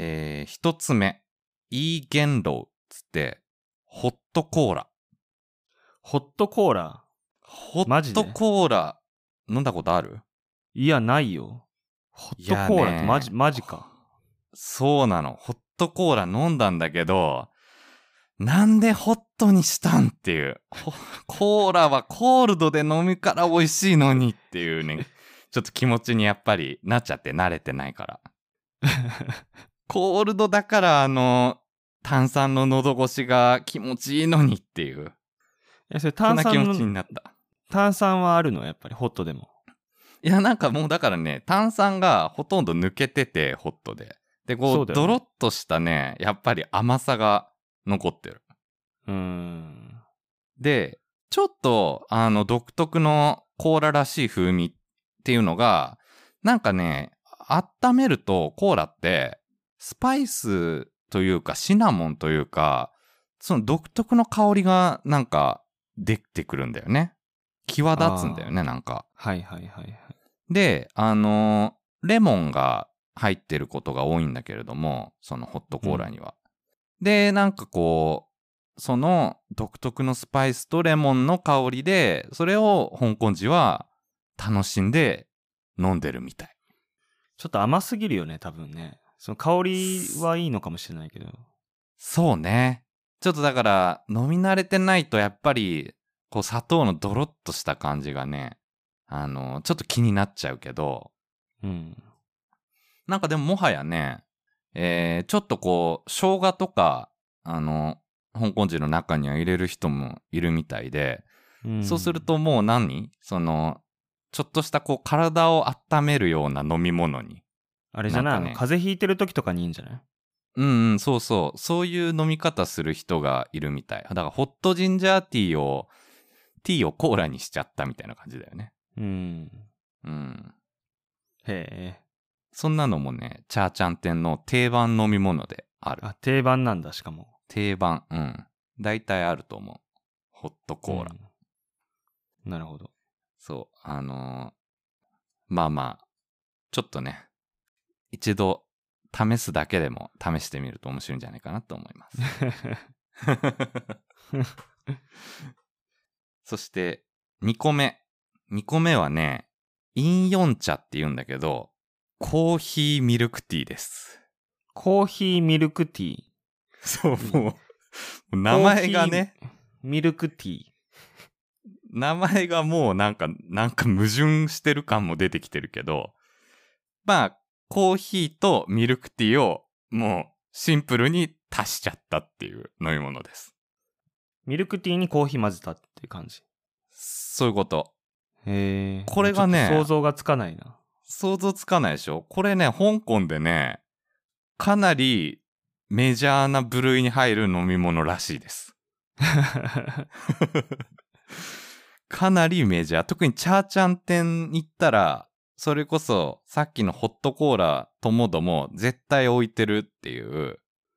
1つ目、イーゲンローつって、ホットコーラ。 ホットコーラ。 ホマジで？ ットコーラ、飲んだことある？ いや、ないよ。ホットコーラってマジか。 そうなの。ホットコーラ飲んだんだけど、なんでホットにしたんっていう。コーラはコールドで飲むから美味しいのにっていうね、ちょっと気持ちにやっぱりなっちゃって慣れてないから。コールドだから炭酸の喉越しが気持ちいいのにっていう。 それそんな気持ちになった。 炭酸はあるの？やっぱりホットでも。 いや、なんかもうだからね、炭酸がほとんど抜けてて、ホットで。で、こう、 そうだよね。 ドロッとしたね、やっぱり甘さが残ってる。で、ちょっと、独特のコーラらしい風味っていうのが、なんかね、温めるとコーラって、スパイスというか、シナモンというか、その独特の香りがなんか出てくるんだよね。際立つんだよね、なんか。 はいはいはいはい。 で、レモンが入ってることが多いんだけれども、そのホットコーラには。で、なんかこう、その独特のスパイスとレモンの香りで、それを香港人は楽しんで飲んでるみたい。 ちょっと甘すぎるよね、多分ね。その香りはいいのかもしれないけど。 そうね。ちょっとだから飲み慣れてないとやっぱりこう砂糖のドロッとした感じがね、ちょっと気になっちゃうけど、 うん。 なんかでももはやね、ちょっとこう生姜とか香港人の中には入れる人もいるみたいで、そうするともうちょっとしたこう体を温めるような飲み物に。 あれじゃない、ね、風邪ひいてる時とかにいいんじゃない？ うんうん、そうそう。そういう飲み方する人がいるみたい。だからホットジンジャーティーをコーラにしちゃったみたいな感じだよね。うん。 へえ。 そんなのもね、チャーチャン店の定番飲み物である。 あ、定番なんだ、しかも。 定番、うん。大体あると思う。ホットコーラ。 なるほど。 そう、まあまあ、ちょっとね、一度試すだけでも試してみると面白いんじゃないかなと思います。そして、2個目。2個目はね、インヨン茶って言うんだけど、コーヒーミルクティーです。 コーヒーミルクティー。 そう、もう、名前がね。 ミルクティー。 名前がもうなんか矛盾してる感も出てきてるけど、まあ、コーヒーとミルクティーをもうシンプルに足しちゃったっていう飲み物です。 ミルクティーにコーヒー混ぜたっていう感じ。 そういうこと。 へえ。 これがね、 想像がつかないな。 想像つかないでしょ？これね、香港でね、かなりメジャーな部類に入る飲み物らしいです。かなりメジャー。特にチャーチャン店行ったら、それこそさっきのホットコーラともども絶対置いてるっていう、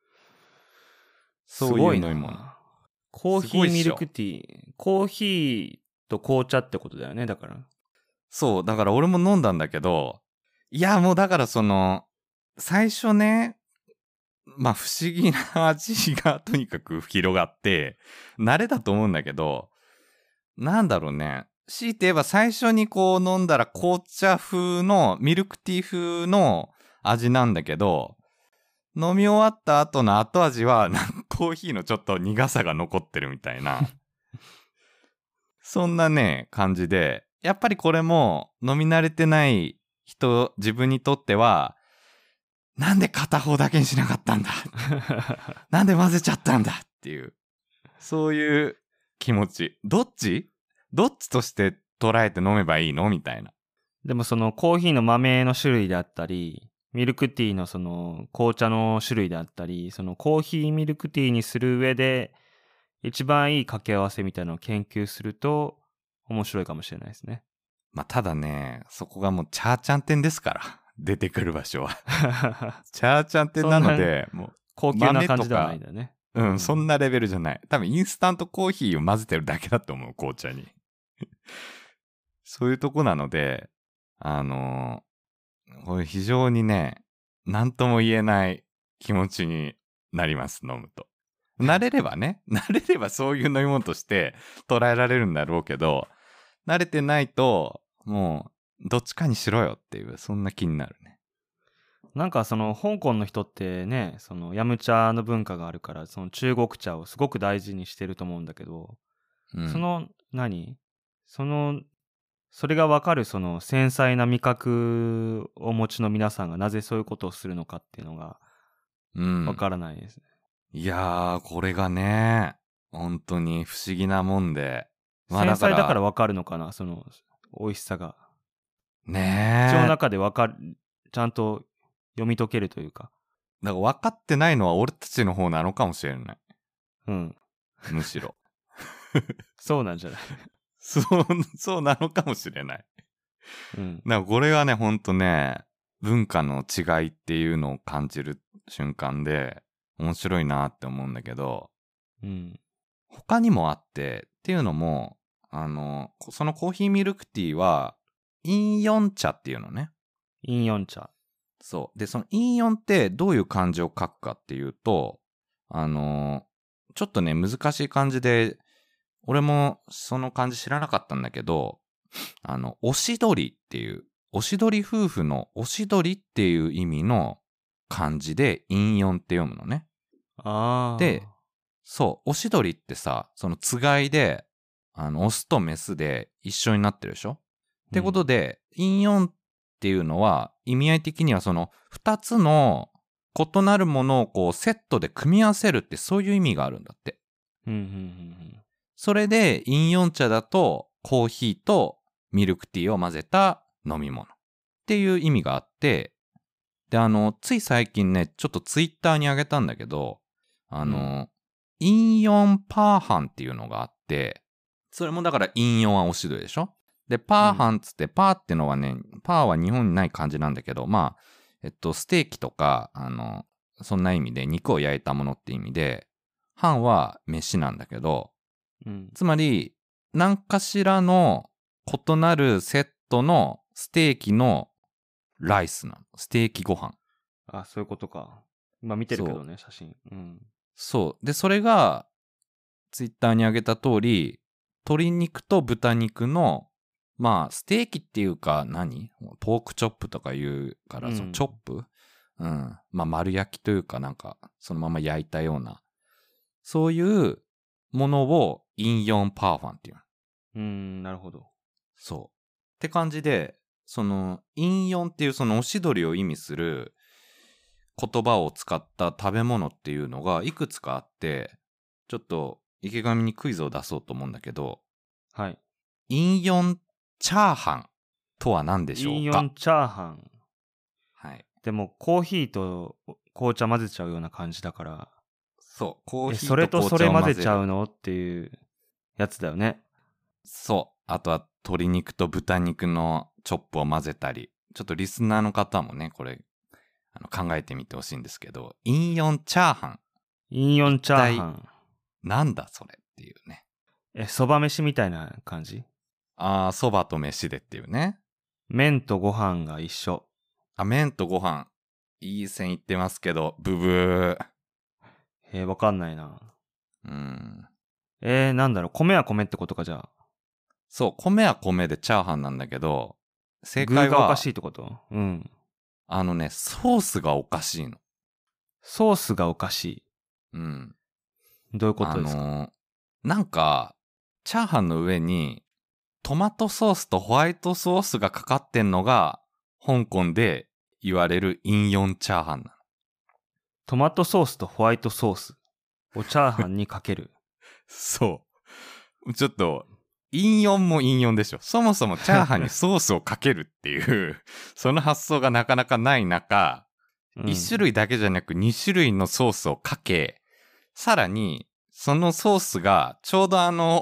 そういう飲み物。 コーヒーミルクティー。コーヒーと紅茶ってことだよね、だから。 そう、だから俺も飲んだんだけど、いやもうだから最初ね、まあ不思議な味がとにかく広がって、慣れだと思うんだけど、なんだろうね。強いて言えば最初にこう飲んだら紅茶風のミルクティー風の味なんだけど、飲み終わった後の後味はコーヒーのちょっと苦さが残ってるみたいなそんなね感じで、やっぱりこれも飲み慣れてない人、自分にとってはなんで片方だけにしなかったんだなんで混ぜちゃったんだっていう、そういう気持ち。どっちとして捉えて飲めばいいのみたいな。 でもそのコーヒーの豆の種類であったり、ミルクティーのその紅茶の種類であったり、そのコーヒーミルクティーにする上で一番いい掛け合わせみたいなのを研究すると面白いかもしれないですね。 まあただね、そこがもうチャーチャン店ですから、出てくる場所はチャーチャン店なので、もう高級な感じではないんだよね。 そんなレベルじゃない。多分インスタントコーヒーを混ぜてるだけだと思う、紅茶にそういうとこなので、これ非常にね、なんとも言えない気持ちになります、飲むと。慣れればそういう飲み物として捉えられるんだろうけど、慣れてないと、もう、どっちかにしろよっていう、そんな気になるね。 なんかその香港の人ってね、そのヤムチャの文化があるから、その中国茶をすごく大事にしてると思うんだけど、そのそれがわかるその繊細な味覚をお持ちの皆さんがなぜそういうことをするのかっていうのがわからないですね。 いやー、これがね、本当に不思議なもんで。 繊細だからわかるのかな、その美味しさが。 ねえ。 口の中でちゃんと読み解けるというか。 だから分かってないのは俺たちの方なのかもしれない。 うん。 むしろ。 そうなんじゃないそうなのかもしれない。 うん。 だからこれがね、ほんとね、文化の違いっていうのを感じる瞬間で、面白いなって思うんだけど、 うん。 他にもあって、っていうのも、そのコーヒーミルクティーは、陰陽茶っていうのね。 陰陽茶。 そう。で、その陰陽ってどういう漢字を書くかっていうと、ちょっとね、難しい漢字で、俺もその漢字知らなかったんだけど、おしどりっていう、おしどり夫婦のおしどりっていう意味の漢字で陰陽って読むのね。 ああ。 で、そう、おしどりってさ、そのつがいで、オスとメスで一緒になってるでしょ、ってことで、陰陽っていうのは意味合い的にはその二つの異なるものをこうセットで組み合わせるってそういう意味があるんだって。それで陰陽茶だとコーヒーとミルクティーを混ぜた飲み物っていう意味があって、でつい最近ねちょっとツイッターにあげたんだけど、陰陽パーハンっていうのがあって、それもだから陰陽はおしどりでしょ。でパーハンつって、パーってのはね、パーは日本にない漢字なんだけど、まあステーキとかそんな意味で肉を焼いたものって意味で、ハンは飯なんだけど、つまり何かしらの異なるセットのステーキのライスなの。ステーキご飯。 あ、そういうことか。今見てるけどね、写真。 そう。で、それがツイッターに上げた通り、鶏肉と豚肉のまあステーキっていうかポークチョップとか言うから、そのチョップ、まあ丸焼きというかなんかそのまま焼いたような、そういうものを陰陽パーファンっていう。 なるほど。 そう。って感じで、その陰陽っていうそのおしどりを意味する言葉を使った食べ物っていうのがいくつかあって、ちょっと池上にクイズを出そうと思うんだけど、 はい。 陰陽チャーハンとは何でしょうか。 陰陽チャーハン。 はい。 でもコーヒーと紅茶混ぜちゃうような感じだから、 そう、コーヒそれーととそれ混紅茶を混ぜる。 ぜちゃうのっていうやつだよね。 そう。あとは鶏肉と豚肉のチョップを混ぜたり。ちょっとリスナーの方もね、これ、考えてみてほしいんですけど、インヨンチャーハン。 インヨンチャーハン。 なんだそれっていうね。 そば飯みたいな感じ？ そばと飯でっていうね。 麺とご飯が一緒。 麺とご飯。いい線いってますけど、ブブー。 わかんないな。 うん。 なんだろう、米は米ってことか、じゃあ。 そう、米は米でチャーハンなんだけど、正具解は、 がおかしいってこと？うん。 ソースがおかしいの。 ソースがおかしい。 うん。 どういうことですか？ なんか、チャーハンの上に、トマトソースとホワイトソースがかかってんのが、香港で言われるインヨンチャーハンなの。 トマトソースとホワイトソースをチャーハンにかける。 そう。ちょっと、インヨンもインヨンでしょ。そもそもチャーハンにソースをかけるっていう、その発想がなかなかない中、1種類だけじゃなく2種類のソースをかけ、さらに、そのソースがちょうど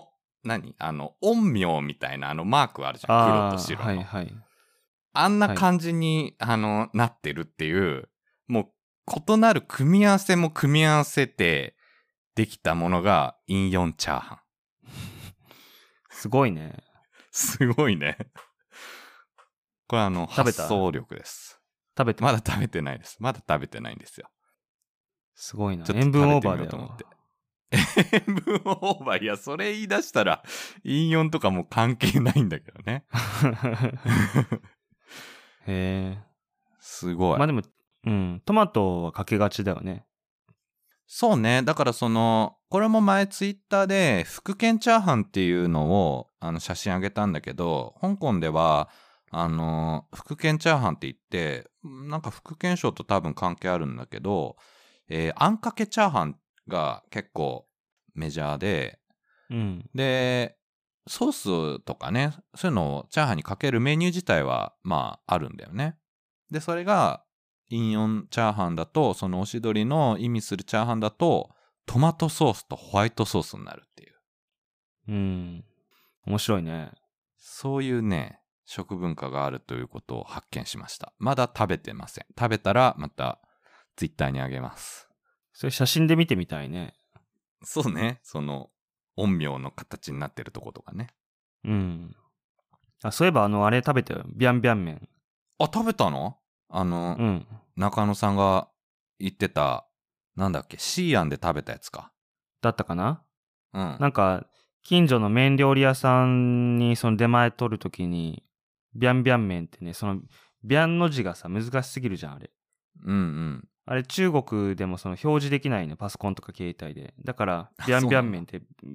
陰陽みたいなマークあるじゃん。黒と白の。 はいはい。 あんな感じに、なってるっていう、もう異なる組み合わせも組み合わせてできたものがインヨンチャーハン。 すごいね。 すごいね。これ発想力です。 食べた？ まだ食べてないです。まだ食べてないんですよ。 すごいな。 ちょっと塩分オー食べてみよバーだよ。 うと思って。塩分オーバー。いや、それ言い出したら、インヨンとかも関係ないんだけどね。 へえ。 すごい。 まあでも、トマトはかけがちだよね。 そうね。だからこれも前ツイッターで福建チャーハンっていうのを写真あげたんだけど、香港では福建チャーハンって言って、なんか福建省と多分関係あるんだけど、あんかけチャーハンが結構メジャーで、で、ソースとかね、そういうのをチャーハンにかけるメニュー自体はまああるんだよね。で、それがインヨンチャーハンだと、そのおしどりの意味するチャーハンだと、トマトソースとホワイトソースになるっていう。 面白いね。 そういうね、食文化があるということを発見しました。まだ食べてません。食べたらまたツイッターにあげます。 それ写真で見てみたいね。 そうね。陰陽の形になってるとことかね。 そういえばあれ食べたよ。ビャンビャン麺。 食べたの？中野さんが言ってた、なんだっけ、シーアンで食べたやつか。 だったかな？ なんか、近所の麺料理屋さんにその出前取るときに、ビャンビャン麺ってね、その、ビャンの字がさ、難しすぎるじゃん、あれ。あれ、中国でもその表示できないね、パソコンとか携帯で。だから、ビャンビャン麺って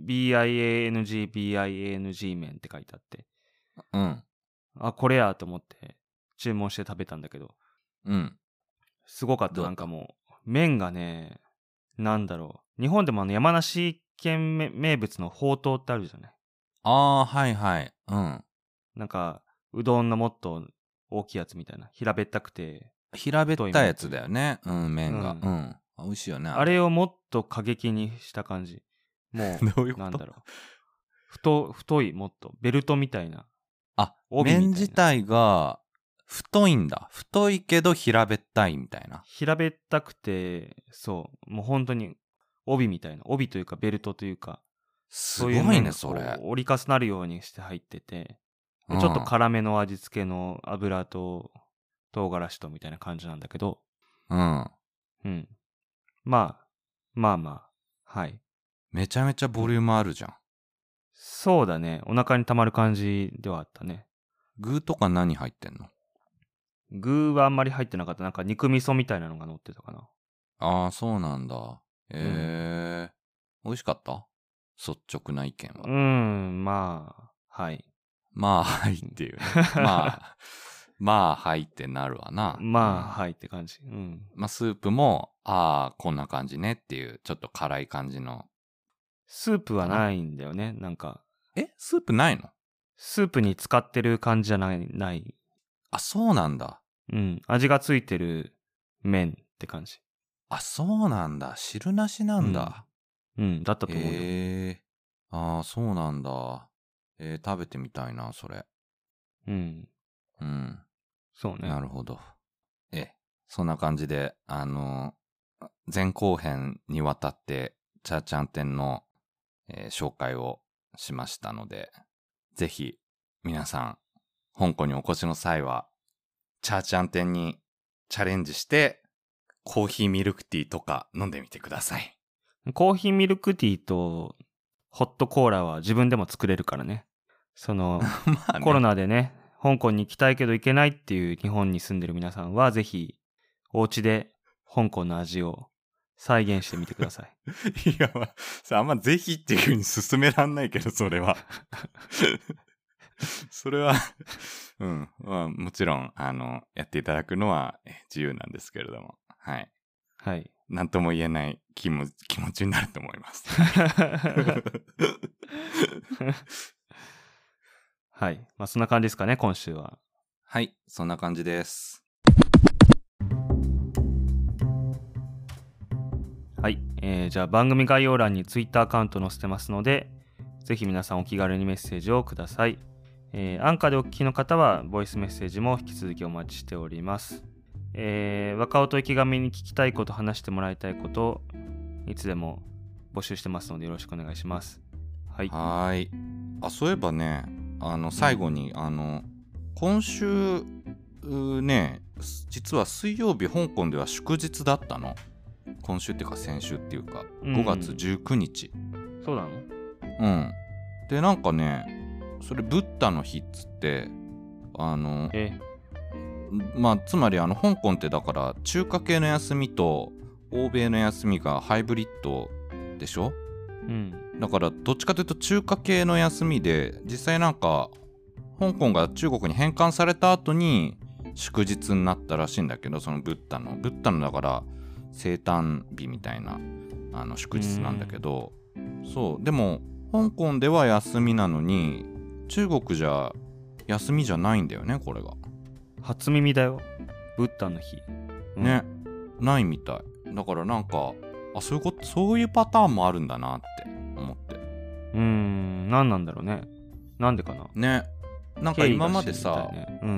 、BIANG 麺って書いてあって。これやと思って、注文して食べたんだけど。すごかった。なんかもう、麺がね、なんだろう。日本でも山梨県名物のほうとうってあるじゃない。 はいはい。 なんか、うどんのもっと大きいやつみたいな。平べったくて。 平べったいやつだよね。麺が。美味しいよね。 あれをもっと過激にした感じ。もう、 どういうこと？ なんだろう。太い、もっと。ベルトみたいな。 麺自体が太いんだ。太いけど平べったいみたいな。 平べったくて、そう。もう本当に帯みたいな。帯というかベルトというか。 すごいね、それ。 折り重なるようにして入ってて。ちょっと辛めの味付けの油と唐辛子とみたいな感じなんだけど。まあ。はい。 めちゃめちゃボリュームあるじゃん。 そうだね。お腹に溜まる感じではあったね。 具とか何入ってんの？ 具はあんまり入ってなかった。なんか肉味噌みたいなのが乗ってたかな。 そうなんだ。美味しかった？率直な意見は。 はい。 はいっていうね。はいってなるわな。 はいって感じ。 スープも、こんな感じねっていう、ちょっと辛い感じの。 スープはないんだよね。なんか。 スープないの？ スープに使ってる感じじゃない。 そうなんだ。 味がついてる麺って感じ。 あ、そうなんだ。汁なしなんだ。 だったと思うよ。 ああ、そうなんだ。食べてみたいな、それ。 うん。 うん。 そうね。 なるほど。そんな感じで、前後編にわたって、チャーチャン店の、紹介をしましたので、ぜひ、皆さん、香港にお越しの際は、チャーチャン店にチャレンジして、コーヒーミルクティーとか飲んでみてください。 コーヒーミルクティーとホットコーラは自分でも作れるからね。まあね、コロナでね、香港に行きたいけど行けないっていう日本に住んでる皆さんは、ぜひ、お家で香港の味を再現してみてください。 いや、まあ、あんまぜひっていう風に勧めらんないけど、それは。それはまあ、もちろん、やっていただくのは自由なんですけれども、はい。 はい。 なんとも言えない気持ちになると思います。 はい。まあ、そんな感じですかね、今週は。 はい、そんな感じです。 はい。じゃあ番組概要欄に Twitter アカウント載せてますので、ぜひ皆さんお気軽にメッセージをください。アンカーでお聞きの方は、ボイスメッセージも引き続きお待ちしております。若尾と池上に聞きたいこと、話してもらいたいこと、いつでも募集してますのでよろしくお願いします。はい。 あ、そういえばね、最後に、今週、ね、実は水曜日、香港では祝日だったの。今週っていうか先週っていうか、5月19日。 そうなの？ うん。で、なんかね、それブッダの日っつって、まあ、つまり香港ってだから中華系の休みと欧米の休みがハイブリッドでしょ？だからどっちかというと中華系の休みで、実際なんか香港が中国に返還された後に祝日になったらしいんだけど、そのブッダのだから生誕日みたいな祝日なんだけど、そうでも香港では休みなのに中国じゃ休みじゃないんだよね、これが。 初耳だよ、ブッダの日。 ね、ないみたい。だからなんかそういうパターンもあるんだなって思って。 何なんだろうね。なんでかな。 ね、なんか今までさ、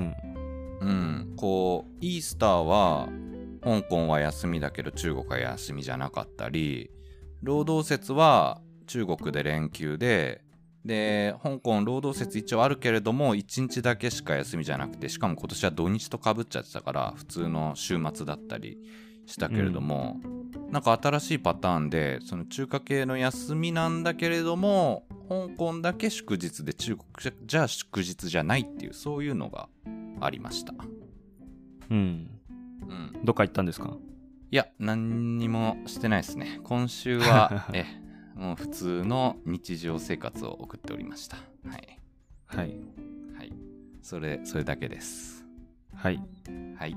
こうイースターは香港は休みだけど中国は休みじゃなかったり、労働節は中国で連休で香港労働節一応あるけれども1日だけしか休みじゃなくて、しかも今年は土日とかぶっちゃってたから普通の週末だったりしたけれども、なんか新しいパターンでその中華系の休みなんだけれども香港だけ祝日で中国じゃ祝日じゃないっていう、そういうのがありました。 どっか行ったんですか？ いや、何にもしてないですね。今週はもう普通の日常生活を送っておりました。はい。それだけです。はい。あ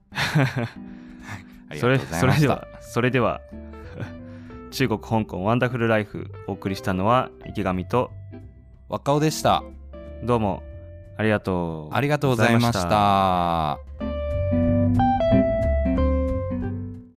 りがとうございました。 それでは中国香港ワンダフルライフお送りしたのは池上と若尾でした。 どうもありがとうございました。